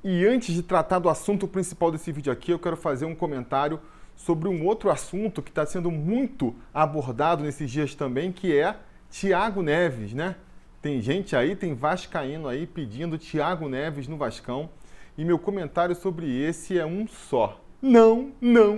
E antes de tratar do assunto principal desse vídeo aqui, eu quero fazer um comentário sobre um outro assunto que está sendo muito abordado nesses dias também, que é Thiago Neves, né? Tem gente aí, tem vascaíno aí pedindo Thiago Neves no Vascão. E meu comentário sobre esse é um só. Não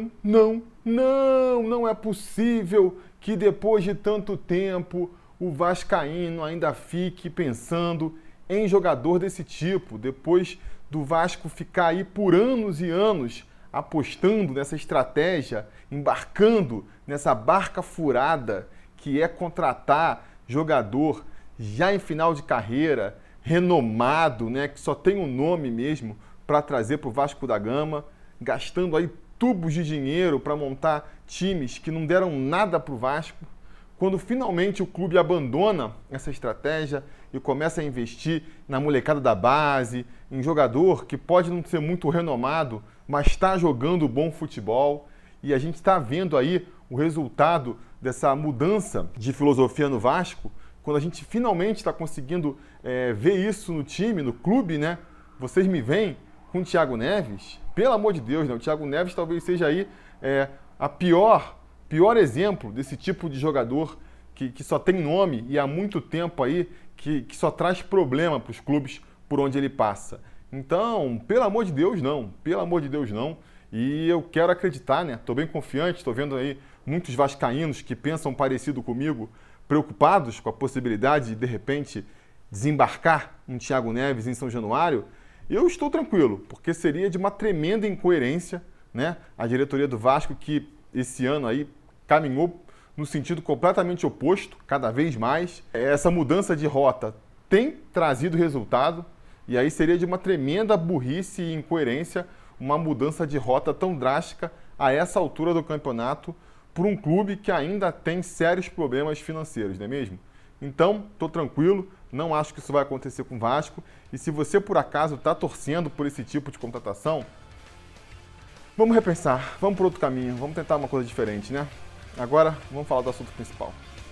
é possível que depois de tanto tempo o vascaíno ainda fique pensando em jogador desse tipo, depois do Vasco ficar aí por anos e anos apostando nessa estratégia, embarcando nessa barca furada que é contratar jogador já em final de carreira, renomado, né, que só tem um nome mesmo para trazer para o Vasco da Gama, gastando aí tubos de dinheiro para montar times que não deram nada para o Vasco. Quando finalmente o clube abandona essa estratégia e começa a investir na molecada da base, em jogador que pode não ser muito renomado, mas está jogando bom futebol, e a gente está vendo aí o resultado dessa mudança de filosofia no Vasco, quando a gente finalmente está conseguindo ver isso no time, no clube, né? Vocês me veem com o Thiago Neves? Pelo amor de Deus, né? O Thiago Neves talvez seja aí a pior exemplo desse tipo de jogador que só tem nome e há muito tempo aí que só traz problema para os clubes por onde ele passa. Então, pelo amor de Deus, não. Pelo amor de Deus, não. E eu quero acreditar, né? Estou bem confiante, estou vendo aí muitos vascaínos que pensam parecido comigo, preocupados com a possibilidade de repente, desembarcar um Thiago Neves em São Januário. Eu estou tranquilo, porque seria de uma tremenda incoerência, né? A diretoria do Vasco, que esse ano aí caminhou no sentido completamente oposto, cada vez mais. Essa mudança de rota tem trazido resultado, e aí seria de uma tremenda burrice e incoerência uma mudança de rota tão drástica a essa altura do campeonato por um clube que ainda tem sérios problemas financeiros, não é mesmo? Então, estou tranquilo, não acho que isso vai acontecer com o Vasco. E se você, por acaso, está torcendo por esse tipo de contratação, vamos repensar, vamos por outro caminho, vamos tentar uma coisa diferente, né? Agora, vamos falar do assunto principal.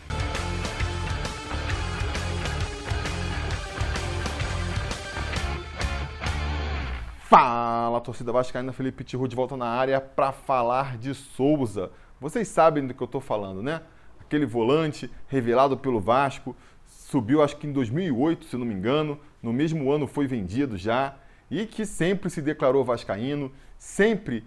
Fala, torcida vascaína, Felipe Tiru de volta na área para falar de Souza. Vocês sabem do que eu estou falando, né? Aquele volante revelado pelo Vasco, subiu acho que em 2008, se não me engano, no mesmo ano foi vendido já, e que sempre se declarou vascaíno, sempre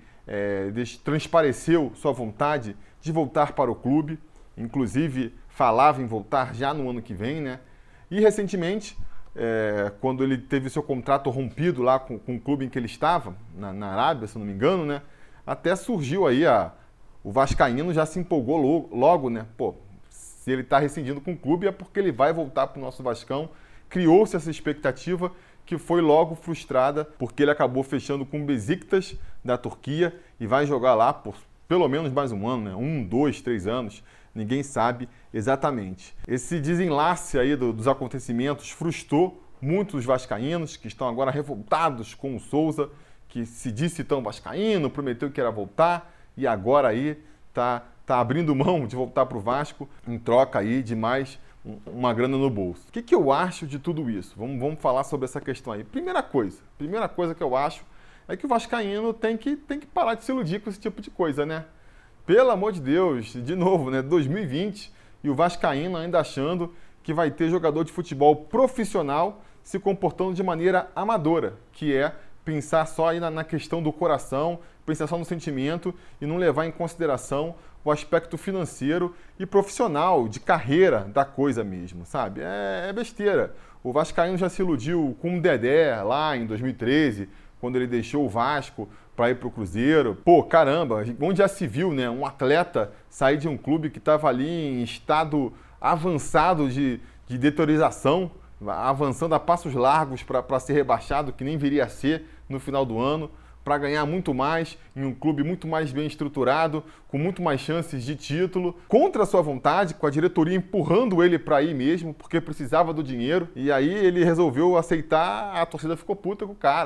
transpareceu sua vontade de voltar para o clube, inclusive falava em voltar já no ano que vem, né? E recentemente, quando ele teve seu contrato rompido lá com o clube em que ele estava, na Arábia, se não me engano, né? Até surgiu aí o vascaíno já se empolgou logo, né? Pô, se ele está rescindindo com o clube é porque ele vai voltar para o nosso Vascão. Criou-se essa expectativa que foi logo frustrada, porque ele acabou fechando com o Besiktas da Turquia e vai jogar lá por pelo menos mais um ano, né? 1, 2, 3 anos, ninguém sabe exatamente. Esse desenlace aí dos acontecimentos frustrou muitos vascaínos que estão agora revoltados com o Souza, que se disse tão vascaíno, prometeu que era voltar e agora aí tá abrindo mão de voltar para o Vasco em troca aí de mais uma grana no bolso. O que eu acho de tudo isso? Vamos falar sobre essa questão aí. Primeira coisa que eu acho é que o vascaíno tem que parar de se iludir com esse tipo de coisa, né? Pelo amor de Deus, de novo, né? 2020 e o vascaíno ainda achando que vai ter jogador de futebol profissional se comportando de maneira amadora, que é pensar só aí na questão do coração, pensar só no sentimento e não levar em consideração o aspecto financeiro e profissional, de carreira da coisa mesmo, sabe? É besteira. O vascaíno já se iludiu com o Dedé lá em 2013, quando ele deixou o Vasco para ir para o Cruzeiro. Pô, caramba, onde já se viu, né? Um atleta sair de um clube que estava ali em estado avançado de deteriorização, avançando a passos largos para ser rebaixado, que nem viria a ser no final do ano, para ganhar muito mais em um clube muito mais bem estruturado, com muito mais chances de título, contra a sua vontade, com a diretoria empurrando ele para ir mesmo, porque precisava do dinheiro. E aí ele resolveu aceitar, a torcida ficou puta com o cara.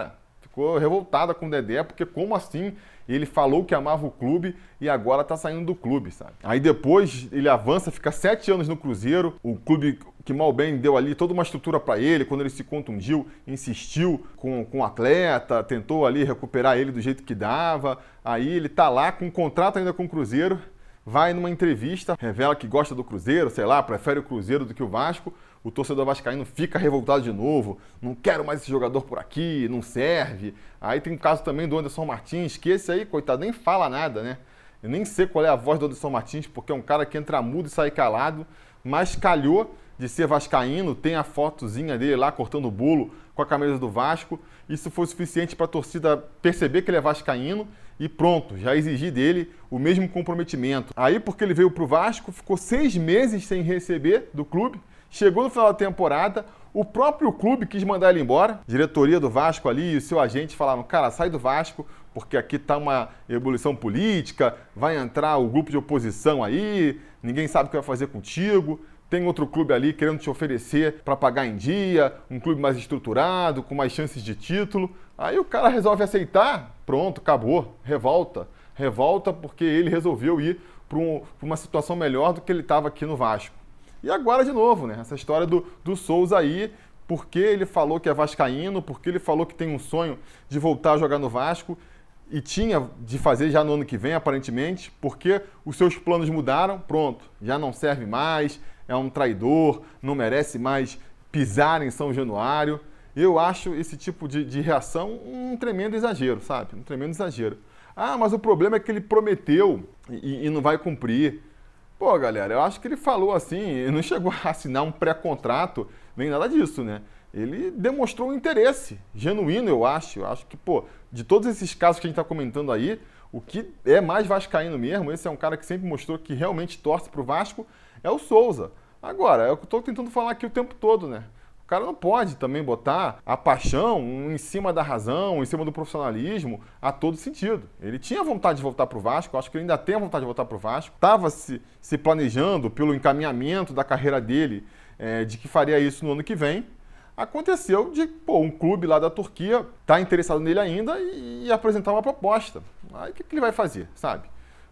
ficou revoltada com o Dedé, porque como assim ele falou que amava o clube e agora tá saindo do clube, sabe? Aí depois ele avança, fica 7 anos no Cruzeiro, o clube que mal bem deu ali toda uma estrutura para ele, quando ele se contundiu, insistiu com o atleta, tentou ali recuperar ele do jeito que dava, aí ele tá lá com um contrato ainda com o Cruzeiro, vai numa entrevista, revela que gosta do Cruzeiro, sei lá, prefere o Cruzeiro do que o Vasco, o torcedor vascaíno fica revoltado de novo, não quero mais esse jogador por aqui, não serve. Aí tem o caso também do Anderson Martins, que esse aí, coitado, nem fala nada, né? Eu nem sei qual é a voz do Anderson Martins, porque é um cara que entra mudo e sai calado, mas calhou de ser vascaíno, tem a fotozinha dele lá cortando o bolo com a camisa do Vasco. Isso foi suficiente para a torcida perceber que ele é vascaíno e pronto, já exigir dele o mesmo comprometimento. Aí, porque ele veio para o Vasco, ficou 6 meses sem receber do clube, chegou no final da temporada, o próprio clube quis mandar ele embora, a diretoria do Vasco ali e o seu agente falaram, cara, sai do Vasco, porque aqui está uma ebulição política, vai entrar o grupo de oposição aí, ninguém sabe o que vai fazer contigo, tem outro clube ali querendo te oferecer para pagar em dia, um clube mais estruturado, com mais chances de título. Aí o cara resolve aceitar, pronto, acabou, revolta. Revolta porque ele resolveu ir para uma situação melhor do que ele estava aqui no Vasco. E agora de novo, né? Essa história do Souza aí, porque ele falou que é vascaíno, porque ele falou que tem um sonho de voltar a jogar no Vasco, e tinha de fazer já no ano que vem, aparentemente, porque os seus planos mudaram, pronto, já não serve mais, é um traidor, não merece mais pisar em São Januário. Eu acho esse tipo de reação um tremendo exagero, sabe? Um tremendo exagero. Ah, mas o problema é que ele prometeu e não vai cumprir. Pô, galera, eu acho que ele falou assim, ele não chegou a assinar um pré-contrato, nem nada disso, né? Ele demonstrou um interesse genuíno, eu acho. Eu acho que, pô, de todos esses casos que a gente está comentando aí, o que é mais vascaíno mesmo, esse é um cara que sempre mostrou que realmente torce pro Vasco, é o Souza. Agora, é o que eu estou tentando falar aqui o tempo todo, né? O cara não pode também botar a paixão em cima da razão, em cima do profissionalismo, a todo sentido. Ele tinha vontade de voltar pro Vasco, acho que ele ainda tem a vontade de voltar pro Vasco. Estava se planejando pelo encaminhamento da carreira dele, de que faria isso no ano que vem. Aconteceu de, um clube lá da Turquia tá interessado nele ainda e apresentar uma proposta. Aí o que ele vai fazer, sabe?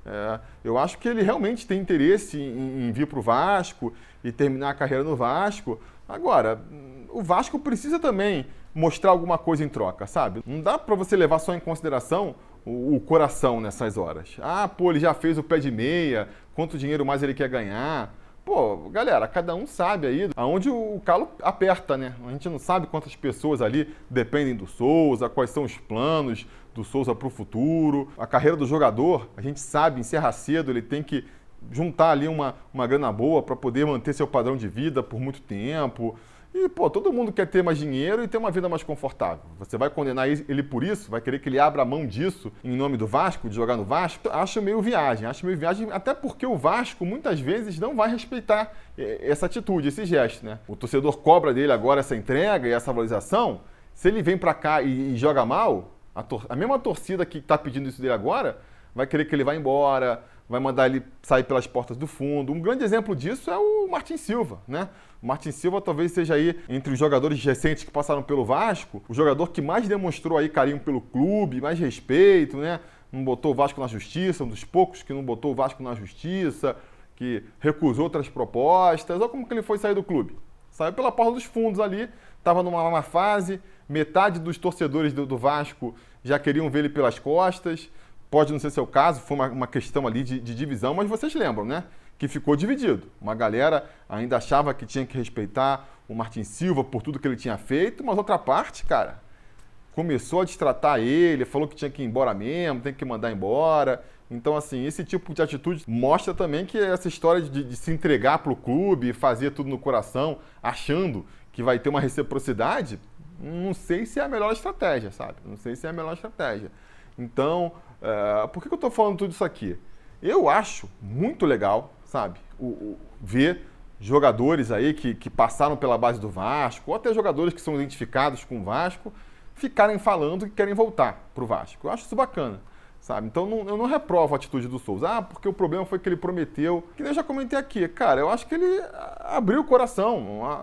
Eu acho que ele realmente tem interesse em vir para o Vasco e terminar a carreira no Vasco. Agora, o Vasco precisa também mostrar alguma coisa em troca, sabe? Não dá para você levar só em consideração o coração nessas horas. Ah, pô, ele já fez o pé de meia, quanto dinheiro mais ele quer ganhar. Pô, galera, cada um sabe aí aonde o calo aperta, né? A gente não sabe quantas pessoas ali dependem do Souza, quais são os planos do Souza para o futuro. A carreira do jogador, a gente sabe, encerra cedo, ele tem que juntar ali uma grana boa para poder manter seu padrão de vida por muito tempo. E, pô, todo mundo quer ter mais dinheiro e ter uma vida mais confortável. Você vai condenar ele por isso? Vai querer que ele abra a mão disso em nome do Vasco, de jogar no Vasco? Acho meio viagem, até porque o Vasco muitas vezes não vai respeitar essa atitude, esse gesto, né? O torcedor cobra dele agora essa entrega e essa valorização. Se ele vem pra cá e joga mal, a mesma torcida que tá pedindo isso dele agora vai querer que ele vá embora, vai mandar ele sair pelas portas do fundo. Um grande exemplo disso é o Martin Silva, né? O Martin Silva talvez seja aí, entre os jogadores recentes que passaram pelo Vasco, o jogador que mais demonstrou aí carinho pelo clube, mais respeito, né? Não botou o Vasco na justiça, um dos poucos que não botou o Vasco na justiça, que recusou outras propostas. Olha como que ele foi sair do clube. Saiu pela porta dos fundos ali, estava numa má fase, metade dos torcedores do Vasco já queriam ver ele pelas costas. Pode não ser seu caso, foi uma questão ali de divisão, mas vocês lembram, né? Que ficou dividido. Uma galera ainda achava que tinha que respeitar o Martin Silva por tudo que ele tinha feito, mas outra parte, cara, começou a destratar ele, falou que tinha que ir embora mesmo, tem que mandar embora. Então, assim, esse tipo de atitude mostra também que essa história de se entregar pro clube, fazer tudo no coração, achando que vai ter uma reciprocidade, não sei se é a melhor estratégia, sabe? Não sei se é a melhor estratégia. Então, por que eu estou falando tudo isso aqui? Eu acho muito legal, sabe, ver jogadores aí que passaram pela base do Vasco, ou até jogadores que são identificados com o Vasco, ficarem falando que querem voltar para o Vasco. Eu acho isso bacana, sabe? Então eu não reprovo a atitude do Souza. Ah, porque o problema foi que ele prometeu. Que nem eu já comentei aqui, cara, eu acho que ele abriu o coração. A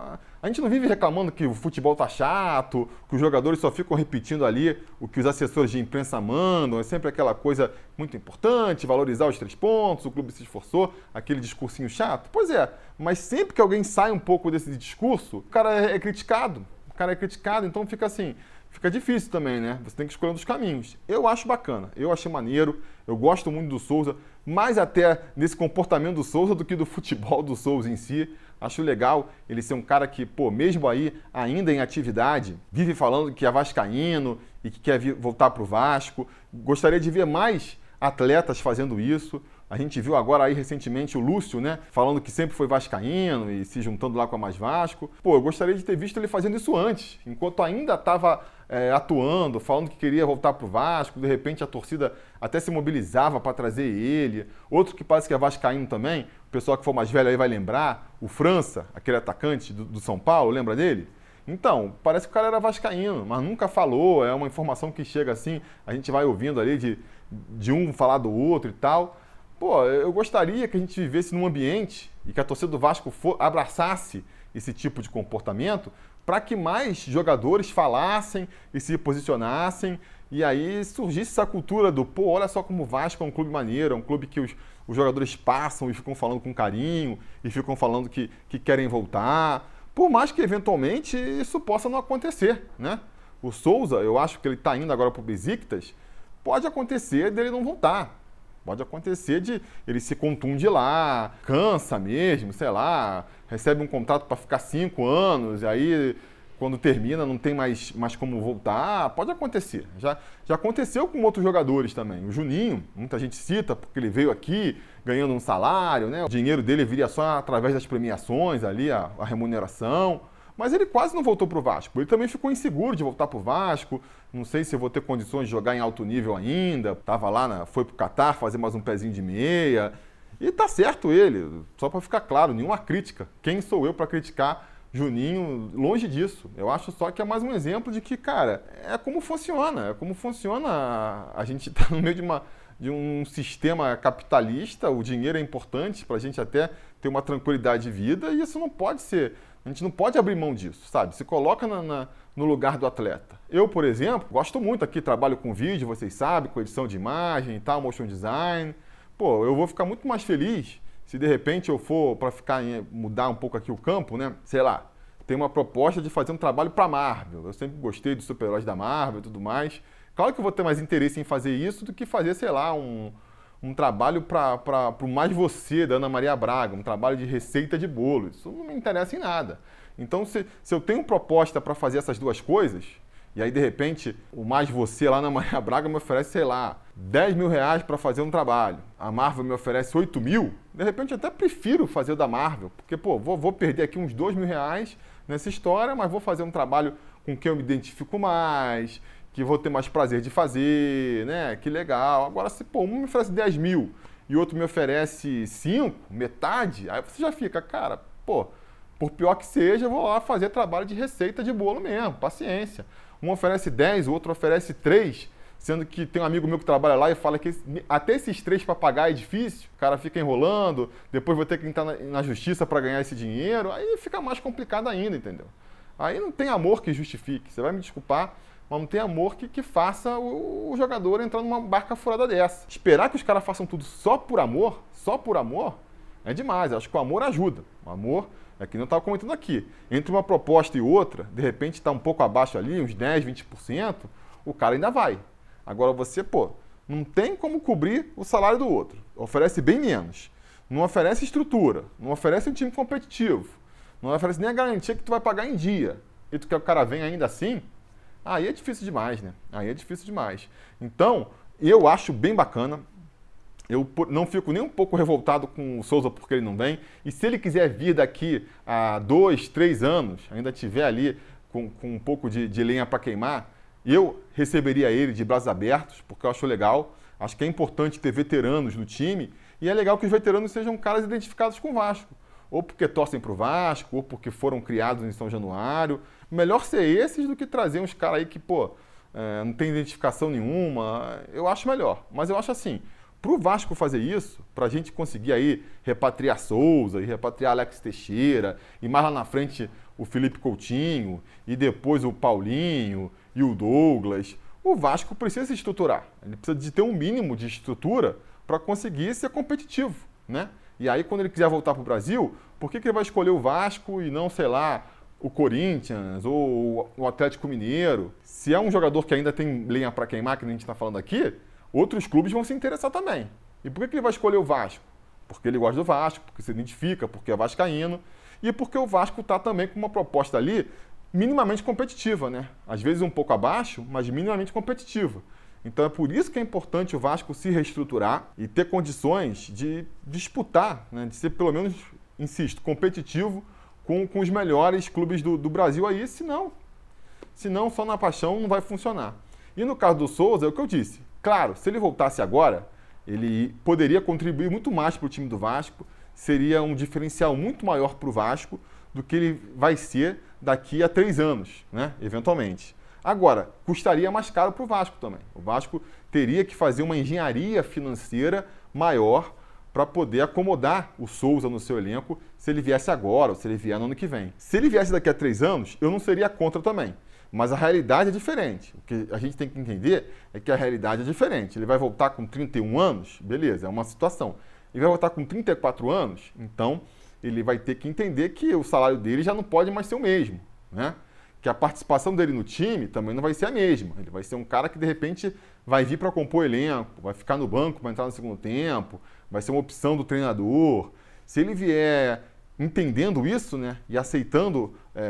A gente não vive reclamando que o futebol tá chato, que os jogadores só ficam repetindo ali o que os assessores de imprensa mandam, é sempre aquela coisa muito importante, valorizar os 3 pontos, o clube se esforçou, aquele discursinho chato. Pois é, mas sempre que alguém sai um pouco desse discurso, o cara é criticado. O cara é criticado, então fica assim, fica difícil também, né? Você tem que escolher um dos caminhos. Eu acho bacana, eu achei maneiro, eu gosto muito do Souza, mais até nesse comportamento do Souza do que do futebol do Souza em si. Acho legal ele ser um cara que, pô, mesmo aí, ainda em atividade, vive falando que é vascaíno e que quer voltar para o Vasco. Gostaria de ver mais atletas fazendo isso. A gente viu agora aí recentemente o Lúcio, né, falando que sempre foi vascaíno e se juntando lá com a Mais Vasco. Pô, eu gostaria de ter visto ele fazendo isso antes, enquanto ainda estava atuando, falando que queria voltar para o Vasco. De repente a torcida até se mobilizava para trazer ele. Outro que parece que é vascaíno também, o pessoal que for mais velho aí vai lembrar, o França, aquele atacante do São Paulo, lembra dele? Então, parece que o cara era vascaíno, mas nunca falou, é uma informação que chega assim, a gente vai ouvindo ali de um falar do outro e tal. Pô, eu gostaria que a gente vivesse num ambiente e que a torcida do Vasco abraçasse esse tipo de comportamento para que mais jogadores falassem e se posicionassem e aí surgisse essa cultura do, pô, olha só como o Vasco é um clube maneiro, é um clube que os jogadores passam e ficam falando com carinho e ficam falando que querem voltar. Por mais que eventualmente isso possa não acontecer, né? O Souza, eu acho que ele está indo agora para o Besiktas, pode acontecer dele não voltar. Pode acontecer de ele se contunde lá, cansa mesmo, sei lá, recebe um contrato para ficar 5 anos, e aí quando termina não tem mais como voltar. Pode acontecer. Já aconteceu com outros jogadores também. O Juninho, muita gente cita porque ele veio aqui ganhando um salário, né? O dinheiro dele viria só através das premiações ali, a remuneração. Mas ele quase não voltou para o Vasco. Ele também ficou inseguro de voltar para o Vasco. Não sei se eu vou ter condições de jogar em alto nível ainda. Estava lá, foi para o Catar fazer mais um pezinho de meia. E tá certo ele. Só para ficar claro, nenhuma crítica. Quem sou eu para criticar Juninho? Longe disso. Eu acho só que é mais um exemplo de que, cara, é como funciona. É como funciona. A gente está no meio de um sistema capitalista. O dinheiro é importante para a gente até ter uma tranquilidade de vida. E isso não pode ser... A gente não pode abrir mão disso, sabe? Se coloca no lugar do atleta. Eu, por exemplo, gosto muito aqui, trabalho com vídeo, vocês sabem, com edição de imagem e tal, motion design. Pô, eu vou ficar muito mais feliz se de repente eu for para mudar um pouco aqui o campo, né? Sei lá, tem uma proposta de fazer um trabalho para Marvel. Eu sempre gostei dos super-heróis da Marvel e tudo mais. Claro que eu vou ter mais interesse em fazer isso do que fazer, sei lá, um trabalho para o Mais Você, da Ana Maria Braga, um trabalho de receita de bolo. Isso não me interessa em nada. Então, se eu tenho proposta para fazer essas duas coisas, e aí, de repente, o Mais Você lá na Maria Braga me oferece, sei lá, 10 mil reais para fazer um trabalho, a Marvel me oferece 8 mil, de repente eu até prefiro fazer o da Marvel, porque, pô, vou perder aqui uns 2 mil reais nessa história, mas vou fazer um trabalho com quem eu me identifico mais, que vou ter mais prazer de fazer, né? Que legal. Agora, se pô, um me oferece 10 mil e outro me oferece 5, metade, aí você já fica, cara, pô, por pior que seja, eu vou lá fazer trabalho de receita de bolo mesmo, paciência. Um oferece 10, o outro oferece 3, sendo que tem um amigo meu que trabalha lá e fala que até esses 3 para pagar é difícil, o cara fica enrolando, depois vou ter que entrar na justiça para ganhar esse dinheiro, aí fica mais complicado ainda, entendeu? Aí não tem amor que justifique, você vai me desculpar, mas não tem amor que faça o jogador entrar numa barca furada dessa. Esperar que os caras façam tudo só por amor, é demais. Acho que o amor ajuda. O amor, é que não estava comentando aqui. Entre uma proposta e outra, de repente está um pouco abaixo ali, uns 10, 20%, o cara ainda vai. Agora você, pô, não tem como cobrir o salário do outro. Oferece bem menos. Não oferece estrutura. Não oferece um time competitivo. Não oferece nem a garantia que tu vai pagar em dia. E tu quer que o cara venha ainda assim? Aí é difícil demais, né? Aí é difícil demais. Então, eu acho bem bacana. Eu não fico nem um pouco revoltado com o Souza porque ele não vem. E se ele quiser vir daqui a 2, 3 anos, ainda tiver ali com um pouco de lenha para queimar, eu receberia ele de braços abertos, porque eu acho legal. Acho que é importante ter veteranos no time. E é legal que os veteranos sejam caras identificados com o Vasco. Ou porque torcem para o Vasco, ou porque foram criados em São Januário. Melhor ser esses do que trazer uns caras aí que, pô, não tem identificação nenhuma. Eu acho melhor. Mas eu acho assim, para o Vasco fazer isso, para a gente conseguir aí repatriar Souza e repatriar Alex Teixeira, e mais lá na frente o Felipe Coutinho, e depois o Paulinho e o Douglas. O Vasco precisa se estruturar. Ele precisa de ter um mínimo de estrutura para conseguir ser competitivo, né? E aí, quando ele quiser voltar para o Brasil, por que ele vai escolher o Vasco e não, sei lá, o Corinthians ou o Atlético Mineiro? Se é um jogador que ainda tem lenha para queimar, que a gente está falando aqui, outros clubes vão se interessar também. E por que ele vai escolher o Vasco? Porque ele gosta do Vasco, porque se identifica, porque é vascaíno e porque o Vasco está também com uma proposta ali minimamente competitiva, né? Às vezes um pouco abaixo, mas minimamente competitiva. Então é por isso que é importante o Vasco se reestruturar e ter condições de disputar, né? De ser pelo menos, insisto, competitivo com os melhores clubes do Brasil aí, senão só na paixão não vai funcionar. E no caso do Souza, é o que eu disse. Claro, se ele voltasse agora, ele poderia contribuir muito mais para o time do Vasco, seria um diferencial muito maior para o Vasco do que ele vai ser daqui a 3 anos, né? Eventualmente. Agora, custaria mais caro para o Vasco também. O Vasco teria que fazer uma engenharia financeira maior para poder acomodar o Souza no seu elenco se ele viesse agora ou se ele vier no ano que vem. Se ele viesse daqui a 3 anos, eu não seria contra também. Mas a realidade é diferente. O que a gente tem que entender é que a realidade é diferente. Ele vai voltar com 31 anos, beleza, é uma situação. Ele vai voltar com 34 anos, então ele vai ter que entender que o salário dele já não pode mais ser o mesmo, né? Que a participação dele no time também não vai ser a mesma. Ele vai ser um cara que, de repente, vai vir para compor elenco, vai ficar no banco para entrar no segundo tempo, vai ser uma opção do treinador. Se ele vier entendendo isso, né, e aceitando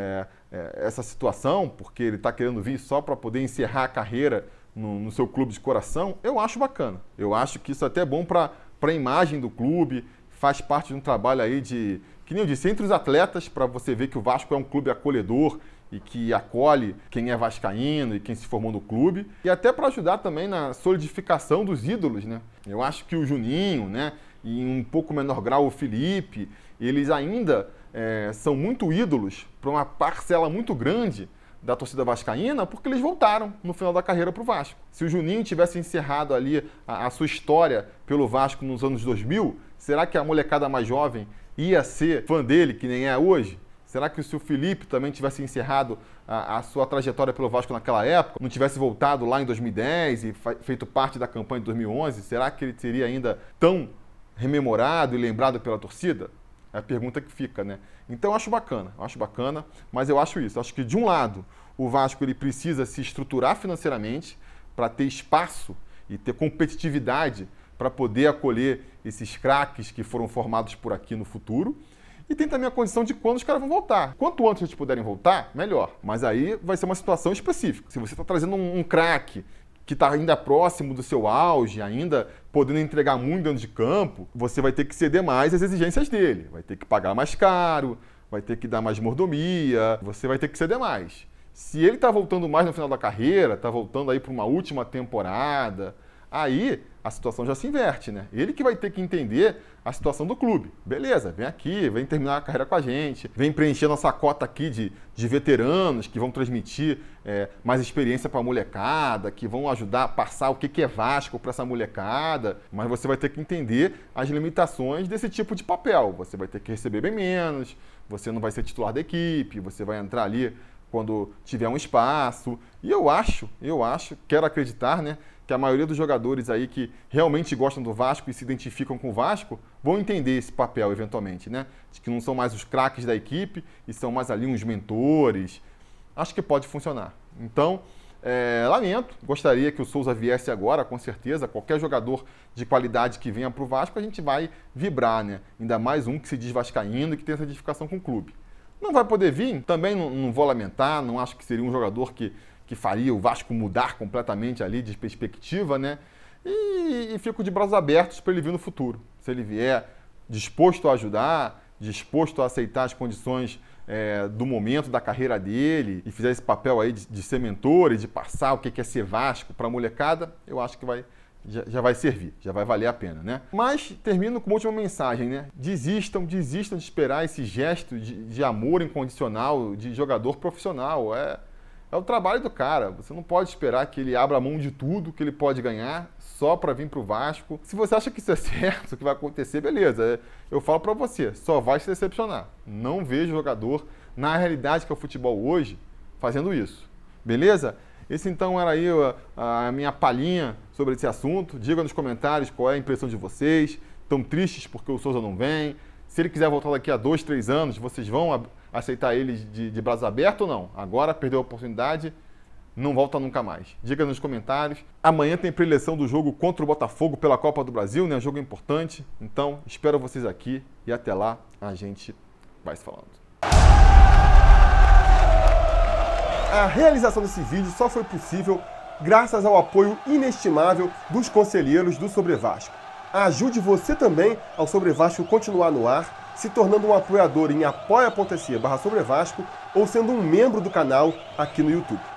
essa situação, porque ele está querendo vir só para poder encerrar a carreira no seu clube de coração, eu acho bacana. Eu acho que isso até é bom para a imagem do clube, faz parte de um trabalho aí de, que nem eu disse, entre os atletas, para você ver que o Vasco é um clube acolhedor e que acolhe quem é vascaíno e quem se formou no clube, e até para ajudar também na solidificação dos ídolos, né? Eu acho que o Juninho, né, e em um pouco menor grau o Felipe, eles ainda são muito ídolos para uma parcela muito grande da torcida vascaína, porque eles voltaram no final da carreira para o Vasco. Se o Juninho tivesse encerrado ali a sua história pelo Vasco nos anos 2000, será que a molecada mais jovem ia ser fã dele, que nem é hoje? Será que se o Felipe também tivesse encerrado a sua trajetória pelo Vasco naquela época, não tivesse voltado lá em 2010 e feito parte da campanha de 2011, será que ele seria ainda tão rememorado e lembrado pela torcida? É a pergunta que fica, né? Então eu acho bacana, mas eu acho isso. Eu acho que, de um lado, o Vasco ele precisa se estruturar financeiramente para ter espaço e ter competitividade para poder acolher esses craques que foram formados por aqui no futuro. E tem também a condição de quando os caras vão voltar. Quanto antes eles puderem voltar, melhor. Mas aí vai ser uma situação específica. Se você está trazendo um craque que está ainda próximo do seu auge, ainda podendo entregar muito dentro de campo, você vai ter que ceder mais às exigências dele. Vai ter que pagar mais caro, vai ter que dar mais mordomia, você vai ter que ceder mais. Se ele está voltando mais no final da carreira, está voltando aí para uma última temporada, aí a situação já se inverte, né? Ele que vai ter que entender a situação do clube. Beleza, vem aqui, vem terminar a carreira com a gente, vem preencher nossa cota aqui de veteranos que vão transmitir mais experiência para a molecada, que vão ajudar a passar o que é Vasco para essa molecada, mas você vai ter que entender as limitações desse tipo de papel. Você vai ter que receber bem menos, você não vai ser titular da equipe, você vai entrar ali quando tiver um espaço. E eu acho, quero acreditar, né, que a maioria dos jogadores aí que realmente gostam do Vasco e se identificam com o Vasco vão entender esse papel eventualmente, né? De que não são mais os craques da equipe e são mais ali uns mentores. Acho que pode funcionar. Então, lamento, gostaria que o Souza viesse agora, com certeza. Qualquer jogador de qualidade que venha para o Vasco, a gente vai vibrar, né? Ainda mais um que se diz vascaíno e que tem essa identificação com o clube. Não vai poder vir? Também não vou lamentar, não acho que seria um jogador que faria o Vasco mudar completamente ali de perspectiva, né? E fico de braços abertos para ele vir no futuro. Se ele vier disposto a ajudar, disposto a aceitar as condições do momento da carreira dele e fizer esse papel aí de ser mentor e de passar o que é ser Vasco para a molecada, eu acho que já vai servir, já vai valer a pena, né? Mas termino com uma última mensagem, né? Desistam de esperar esse gesto de amor incondicional de jogador profissional. É o trabalho do cara. Você não pode esperar que ele abra mão de tudo que ele pode ganhar só para vir para o Vasco. Se você acha que isso é certo, o que vai acontecer, beleza. Eu falo para você, só vai se decepcionar. Não vejo jogador na realidade que é o futebol hoje, fazendo isso. Beleza? Esse então era aí a minha palhinha sobre esse assunto. Diga nos comentários qual é a impressão de vocês. Estão tristes porque o Souza não vem? Se ele quiser voltar daqui a 2, 3 anos, vocês vão aceitar ele de braços abertos ou não? Agora perdeu a oportunidade, não volta nunca mais. Diga nos comentários. Amanhã tem preleção do jogo contra o Botafogo pela Copa do Brasil, né? Jogo importante. Então, espero vocês aqui e até lá a gente vai se falando. A realização desse vídeo só foi possível graças ao apoio inestimável dos conselheiros do Sobre Vasco. Ajude você também ao Sobre Vasco continuar no ar, se tornando um apoiador em apoia.se/Sobre Vasco ou sendo um membro do canal aqui no YouTube.